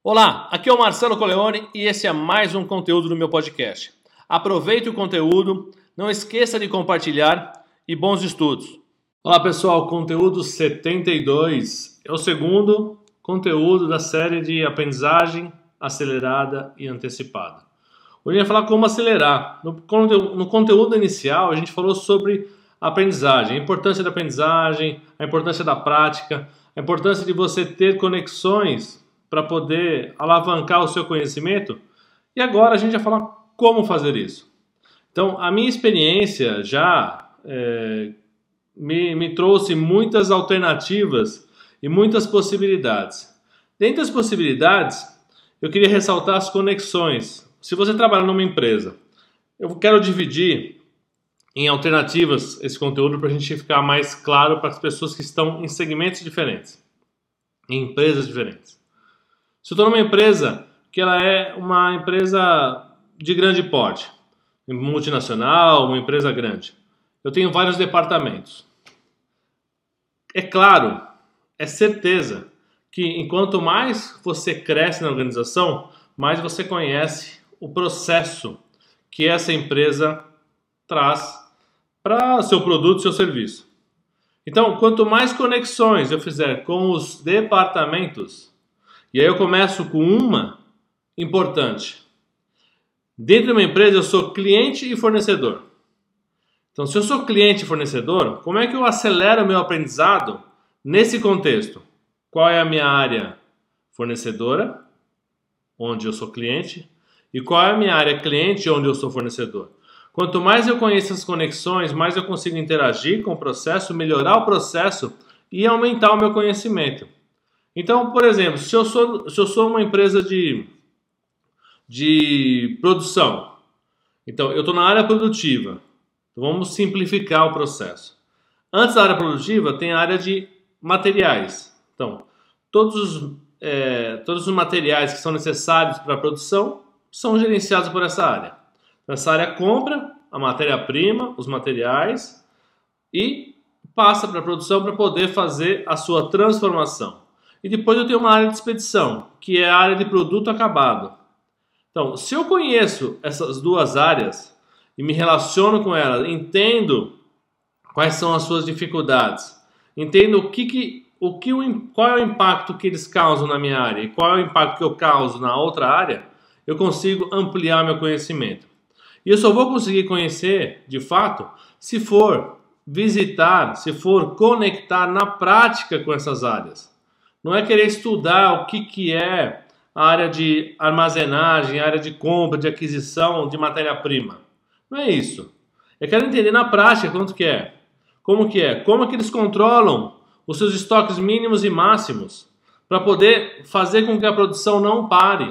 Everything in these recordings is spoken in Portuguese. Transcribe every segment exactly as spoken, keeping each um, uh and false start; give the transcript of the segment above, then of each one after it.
Olá, aqui é o Marcelo Coleoni e esse é mais um conteúdo do meu podcast. Aproveite o conteúdo, não esqueça de compartilhar e bons estudos. Olá pessoal, conteúdo setenta e dois é o segundo conteúdo da série de aprendizagem acelerada e antecipada. Hoje a gente vai falar como acelerar. No, no conteúdo inicial a gente falou sobre a aprendizagem, a importância da aprendizagem, a importância da prática, a importância de você ter conexões para poder alavancar o seu conhecimento. E agora a gente vai falar como fazer isso. Então, a minha experiência já é, me, me trouxe muitas alternativas e muitas possibilidades. Dentre as possibilidades, eu queria ressaltar as conexões. Se você trabalha numa empresa, eu quero dividir em alternativas esse conteúdo para a gente ficar mais claro para as pessoas que estão em segmentos diferentes, em empresas diferentes. Se eu estou numa empresa que ela é uma empresa de grande porte, multinacional, uma empresa grande, eu tenho vários departamentos. É claro, é certeza que enquanto mais você cresce na organização, mais você conhece o processo que essa empresa traz para seu produto, seu serviço. Então, quanto mais conexões eu fizer com os departamentos, e aí eu começo com uma importante. Dentro de uma empresa eu sou cliente e fornecedor. Então, se eu sou cliente e fornecedor, como é que eu acelero o meu aprendizado nesse contexto? Qual é a minha área fornecedora, onde eu sou cliente, e qual é a minha área cliente, onde eu sou fornecedor? Quanto mais eu conheço as conexões, mais eu consigo interagir com o processo, melhorar o processo e aumentar o meu conhecimento. Então, por exemplo, se eu sou, se eu sou uma empresa de, de produção, então eu estou na área produtiva, então vamos simplificar o processo. Antes da área produtiva tem a área de materiais. Então, todos os, é, todos os materiais que são necessários para a produção são gerenciados por essa área. Essa área compra a matéria-prima, os materiais e passa para a produção para poder fazer a sua transformação. E depois eu tenho uma área de expedição, que é a área de produto acabado. Então, se eu conheço essas duas áreas e me relaciono com elas, entendo quais são as suas dificuldades, entendo o que, que, o que, qual é o impacto que eles causam na minha área e qual é o impacto que eu causo na outra área, eu consigo ampliar meu conhecimento. E eu só vou conseguir conhecer, de fato, se for visitar, se for conectar na prática com essas áreas. Não é querer estudar o que, que é a área de armazenagem, a área de compra, de aquisição de matéria-prima. Não é isso. Eu quero entender na prática quanto que é. Como que é? Como é que eles controlam os seus estoques mínimos e máximos para poder fazer com que a produção não pare.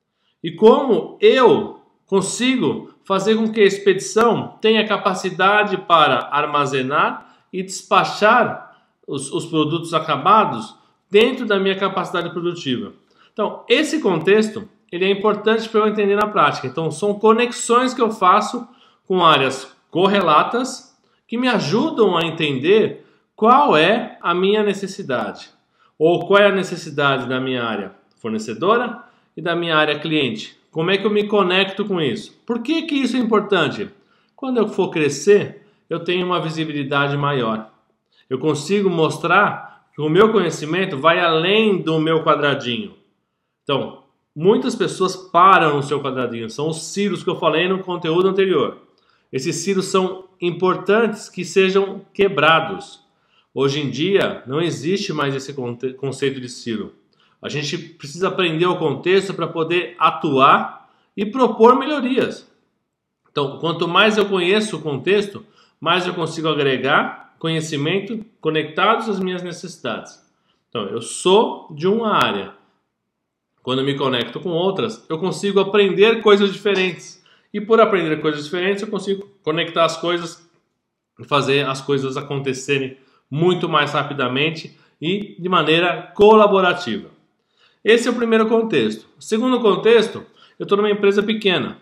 E como eu consigo fazer com que a expedição tenha capacidade para armazenar e despachar os, os produtos acabados dentro da minha capacidade produtiva. Então, esse contexto ele é importante para eu entender na prática. Então, são conexões que eu faço com áreas correlatas que me ajudam a entender qual é a minha necessidade ou qual é a necessidade da minha área fornecedora e da minha área cliente. Como é que eu me conecto com isso? Por que que isso é importante? Quando eu for crescer, eu tenho uma visibilidade maior. Eu consigo mostrar o meu conhecimento vai além do meu quadradinho. Então, muitas pessoas param no seu quadradinho. São os silos que eu falei no conteúdo anterior. Esses silos são importantes que sejam quebrados. Hoje em dia, não existe mais esse conceito de silo. A gente precisa aprender o contexto para poder atuar e propor melhorias. Então, quanto mais eu conheço o contexto, mais eu consigo agregar conhecimento conectados às minhas necessidades. Então, eu sou de uma área. Quando eu me conecto com outras, eu consigo aprender coisas diferentes. E por aprender coisas diferentes, eu consigo conectar as coisas e fazer as coisas acontecerem muito mais rapidamente e de maneira colaborativa. Esse é o primeiro contexto. O segundo contexto, eu estou numa empresa pequena,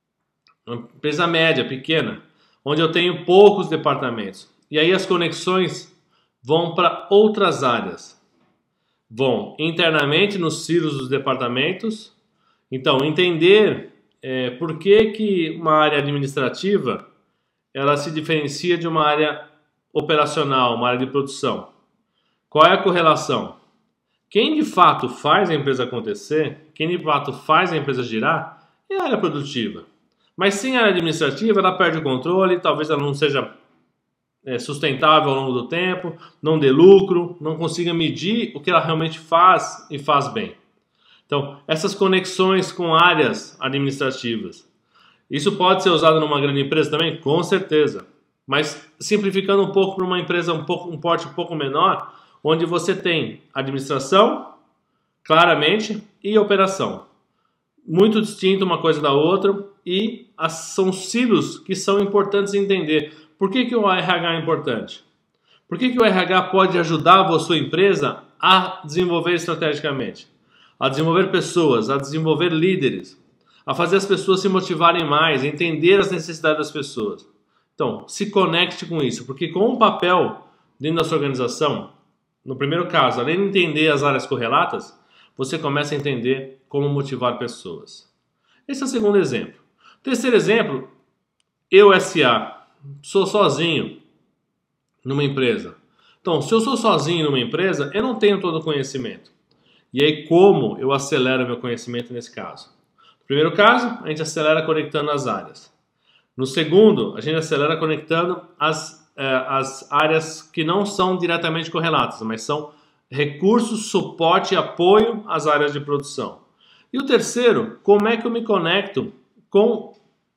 uma empresa média, pequena, onde eu tenho poucos departamentos. E aí as conexões vão para outras áreas. vão internamente nos silos dos departamentos. Então, entender é, por que, que uma área administrativa ela se diferencia de uma área operacional, uma área de produção. Qual é a correlação? Quem de fato faz a empresa acontecer, quem de fato faz a empresa girar, é a área produtiva. Mas sem a área administrativa, ela perde o controle, talvez ela não seja é, sustentável ao longo do tempo, não dê lucro, não consiga medir o que ela realmente faz e faz bem. Então, essas conexões com áreas administrativas, isso pode ser usado numa grande empresa também? Com certeza. Mas simplificando um pouco para uma empresa um, pouco, um porte um pouco menor, onde você tem administração, claramente, e operação. Muito distinto uma coisa da outra, e as, são silos que são importantes de entender. Por que, que o R H é importante? Por que, que o R H pode ajudar a sua empresa a desenvolver estrategicamente? A desenvolver pessoas, a desenvolver líderes, a fazer as pessoas se motivarem mais, a entender as necessidades das pessoas. Então, se conecte com isso, porque com o papel dentro da sua organização, no primeiro caso, além de entender as áreas correlatas, você começa a entender como motivar pessoas. Esse é o segundo exemplo. Terceiro exemplo, eu S A, sou sozinho numa empresa. Então, se eu sou sozinho numa empresa, eu não tenho todo o conhecimento. E aí, como eu acelero meu conhecimento nesse caso? No primeiro caso, a gente acelera conectando as áreas. No segundo, a gente acelera conectando as, eh, as áreas que não são diretamente correlatas, mas são recursos, suporte e apoio às áreas de produção. E o terceiro, como é que eu me conecto com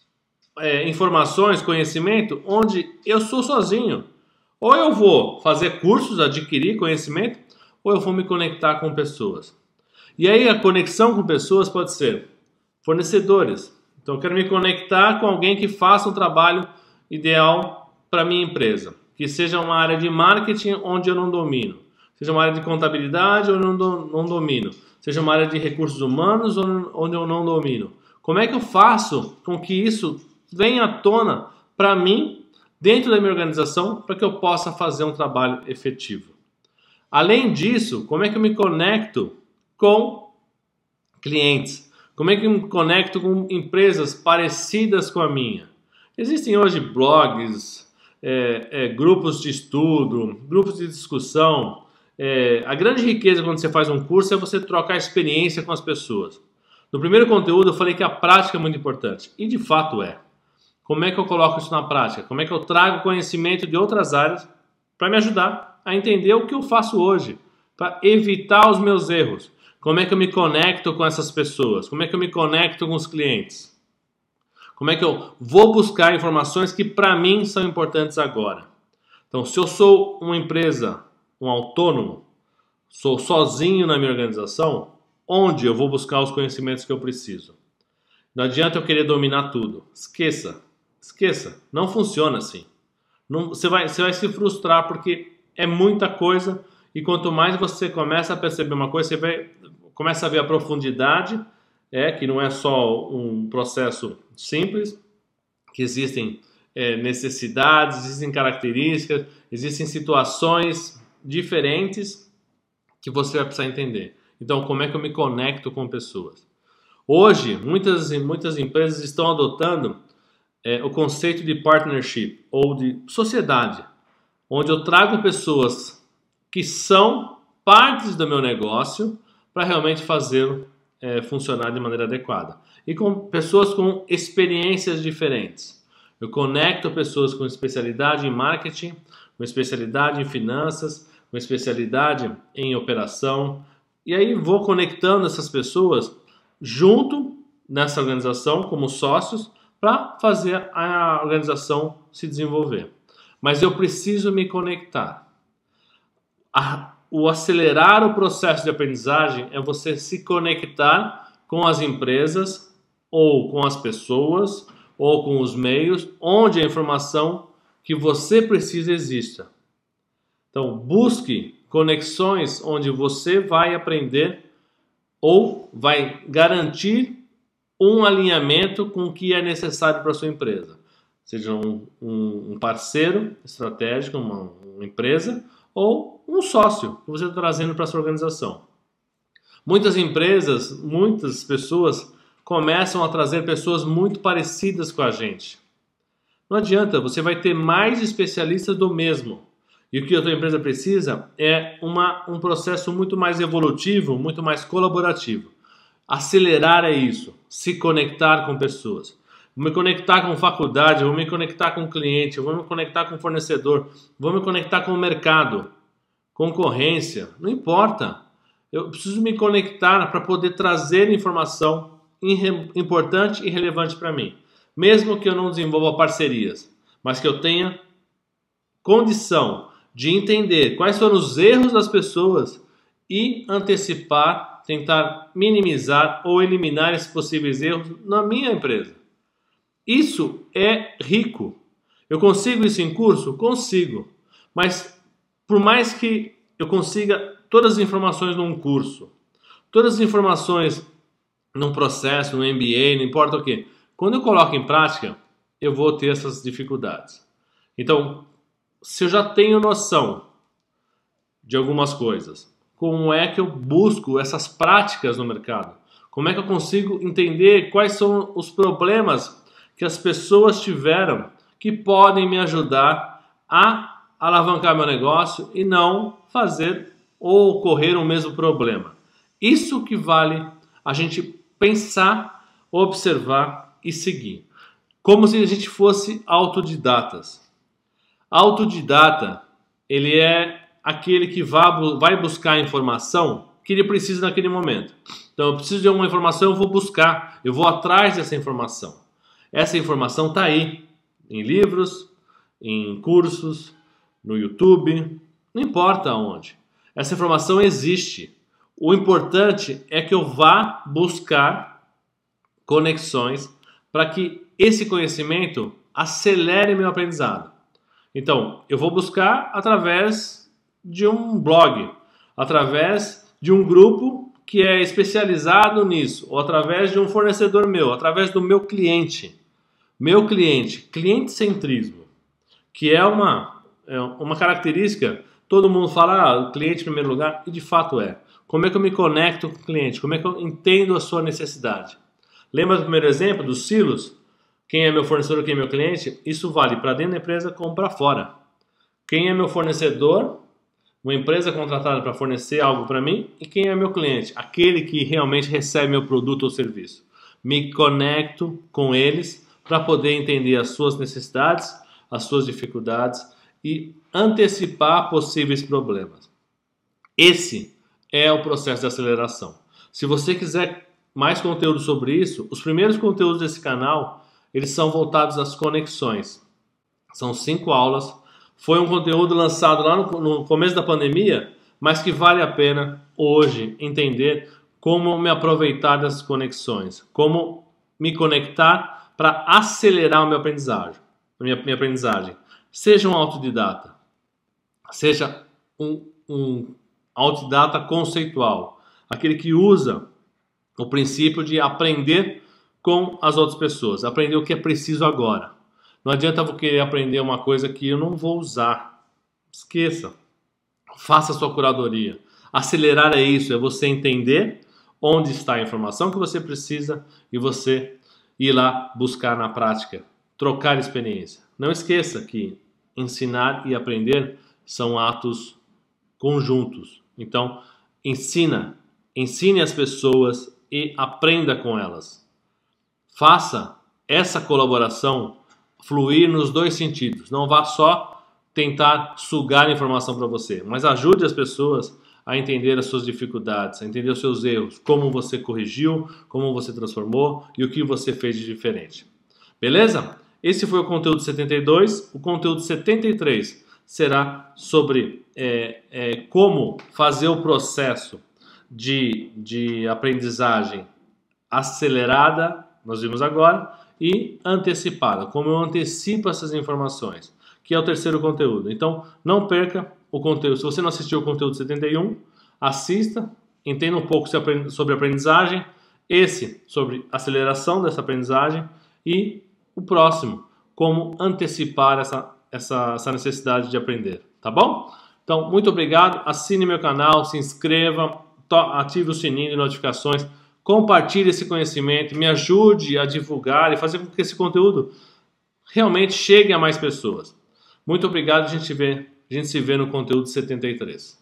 eh, informações, conhecimento, onde eu sou sozinho. Ou eu vou fazer cursos, adquirir conhecimento, ou eu vou me conectar com pessoas. E aí a conexão com pessoas pode ser fornecedores. Então eu quero me conectar com alguém que faça um trabalho ideal para minha empresa. Que seja uma área de marketing onde eu não domino. Seja uma área de contabilidade onde eu não, não domino. Seja uma área de recursos humanos onde eu não domino. Como é que eu faço com que isso venha à tona para mim, dentro da minha organização, para que eu possa fazer um trabalho efetivo? Além disso, como é que eu me conecto com clientes? Como é que eu me conecto com empresas parecidas com a minha? Existem hoje blogs, é, é, grupos de estudo, grupos de discussão. É, a grande riqueza quando você faz um curso é você trocar experiência com as pessoas. No primeiro conteúdo eu falei que a prática é muito importante. E de fato é. Como é que eu coloco isso na prática? Como é que eu trago conhecimento de outras áreas para me ajudar a entender o que eu faço hoje, para evitar os meus erros? Como é que eu me conecto com essas pessoas? Como é que eu me conecto com os clientes? Como é que eu vou buscar informações que para mim são importantes agora? Então, se eu sou uma empresa, um autônomo, sou sozinho na minha organização, onde eu vou buscar os conhecimentos que eu preciso? Não adianta eu querer dominar tudo. Esqueça. Esqueça. Não funciona assim. Não, você, vai, você vai se frustrar porque é muita coisa e quanto mais você começa a perceber uma coisa, você vai, começa a ver a profundidade, é, que não é só um processo simples, que existem é, necessidades, existem características, existem situações diferentes que você vai precisar entender. Então, como é que eu me conecto com pessoas? Hoje, muitas, muitas empresas estão adotando é, o conceito de partnership ou de sociedade, onde eu trago pessoas que são partes do meu negócio para realmente fazê-lo é, funcionar de maneira adequada. E com pessoas com experiências diferentes. Eu conecto pessoas com especialidade em marketing, com especialidade em finanças, com especialidade em operação. E aí vou conectando essas pessoas junto nessa organização como sócios para fazer a organização se desenvolver. Mas eu preciso me conectar. A, o acelerar o processo de aprendizagem é você se conectar com as empresas ou com as pessoas ou com os meios onde a informação que você precisa exista. Então, busque conexões onde você vai aprender ou vai garantir um alinhamento com o que é necessário para a sua empresa. Seja um, um, um parceiro estratégico, uma, uma empresa, ou um sócio que você está trazendo para sua organização. Muitas empresas, muitas pessoas começam a trazer pessoas muito parecidas com a gente. Não adianta, você vai ter mais especialistas do mesmo. E o que a tua empresa precisa é uma, um processo muito mais evolutivo, muito mais colaborativo. Acelerar é isso, se conectar com pessoas. Vou me conectar com faculdade, vou me conectar com cliente, vou me conectar com fornecedor, vou me conectar com o mercado, concorrência, não importa. Eu preciso me conectar para poder trazer informação importante e relevante para mim. Mesmo que eu não desenvolva parcerias, mas que eu tenha condição de entender quais foram os erros das pessoas e antecipar, tentar minimizar ou eliminar esses possíveis erros na minha empresa. Isso é rico. Eu consigo isso em curso? Consigo. Mas por mais que eu consiga todas as informações num curso, todas as informações num processo, no M B A, não importa o que, quando eu coloco em prática, eu vou ter essas dificuldades. Então, se eu já tenho noção de algumas coisas, como é que eu busco essas práticas no mercado? Como é que eu consigo entender quais são os problemas que as pessoas tiveram que podem me ajudar a alavancar meu negócio e não fazer ou ocorrer o mesmo problema? Isso que vale a gente pensar, observar e seguir. Como se a gente fosse autodidatas. Autodidata, ele é aquele que vai buscar a informação que ele precisa naquele momento. Então, eu preciso de uma informação, eu vou buscar, eu vou atrás dessa informação. Essa informação está aí, em livros, em cursos, no YouTube, não importa onde. Essa informação existe. O importante é que eu vá buscar conexões para que esse conhecimento acelere meu aprendizado. Então, eu vou buscar através de um blog, através de um grupo que é especializado nisso, ou através de um fornecedor meu, através do meu cliente. Meu cliente, cliente-centrismo, que é uma, é uma característica, todo mundo fala, ah, o cliente em primeiro lugar, e de fato é. Como é que eu me conecto com o cliente? Como é que eu entendo a sua necessidade? Lembra do primeiro exemplo, dos silos? Quem é meu fornecedor, quem é meu cliente? Isso vale para dentro da empresa como para fora. Quem é meu fornecedor? Uma empresa contratada para fornecer algo para mim. E quem é meu cliente? Aquele que realmente recebe meu produto ou serviço. Me conecto com eles para poder entender as suas necessidades, as suas dificuldades e antecipar possíveis problemas. Esse é o processo de aceleração. Se você quiser mais conteúdo sobre isso, os primeiros conteúdos desse canal, eles são voltados às conexões. São cinco aulas. Foi um conteúdo lançado lá no, no começo da pandemia, mas que vale a pena hoje entender como me aproveitar das conexões, como me conectar para acelerar o meu aprendizagem, minha, minha aprendizagem. Seja um autodidata, seja um, um autodidata conceitual, aquele que usa o princípio de aprender com as outras pessoas, aprender o que é preciso agora. Não adianta eu querer aprender uma coisa que eu não vou usar. Esqueça. Faça a sua curadoria. Acelerar é isso, é você entender onde está a informação que você precisa e você ir lá buscar na prática, trocar experiência. Não esqueça que ensinar e aprender são atos conjuntos. Então, ensina, ensine as pessoas e aprenda com elas. Faça essa colaboração fluir nos dois sentidos. Não vá só tentar sugar informação para você, mas ajude as pessoas a entender as suas dificuldades, a entender os seus erros, como você corrigiu, como você transformou e o que você fez de diferente. Beleza? Esse foi o conteúdo setenta e dois. O conteúdo setenta e três será sobre é, é, como fazer o processo de, de aprendizagem acelerada, nós vimos agora, e antecipada, como eu antecipo essas informações, que é o terceiro conteúdo. Então, não perca o conteúdo. Se você não assistiu o conteúdo setenta e um, assista, entenda um pouco sobre aprendizagem, esse sobre aceleração dessa aprendizagem e o próximo, como antecipar essa, essa, essa necessidade de aprender, tá bom? Então, muito obrigado. Assine meu canal, se inscreva, ative o sininho de notificações, compartilhe esse conhecimento, me ajude a divulgar e fazer com que esse conteúdo realmente chegue a mais pessoas. Muito obrigado, a gente, vê, a gente se vê no conteúdo setenta e três.